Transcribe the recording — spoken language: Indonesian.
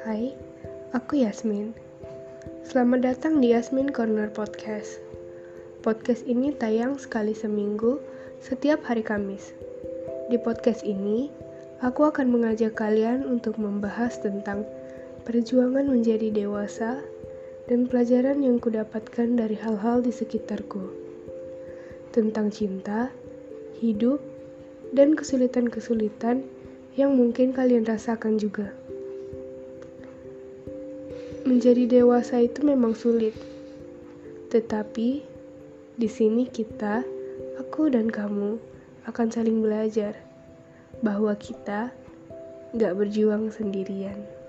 Hai, aku Yasmin. Selamat datang di Yasmin Corner Podcast. Podcast ini tayang sekali seminggu setiap hari Kamis. Di podcast ini, aku akan mengajak kalian untuk membahas tentang perjuangan menjadi dewasa dan pelajaran yang kudapatkan dari hal-hal di sekitarku. Tentang cinta, hidup, dan kesulitan-kesulitan yang mungkin kalian rasakan juga. Menjadi dewasa itu memang sulit, tetapi di sini kita, aku dan kamu, akan saling belajar bahwa kita gak berjuang sendirian.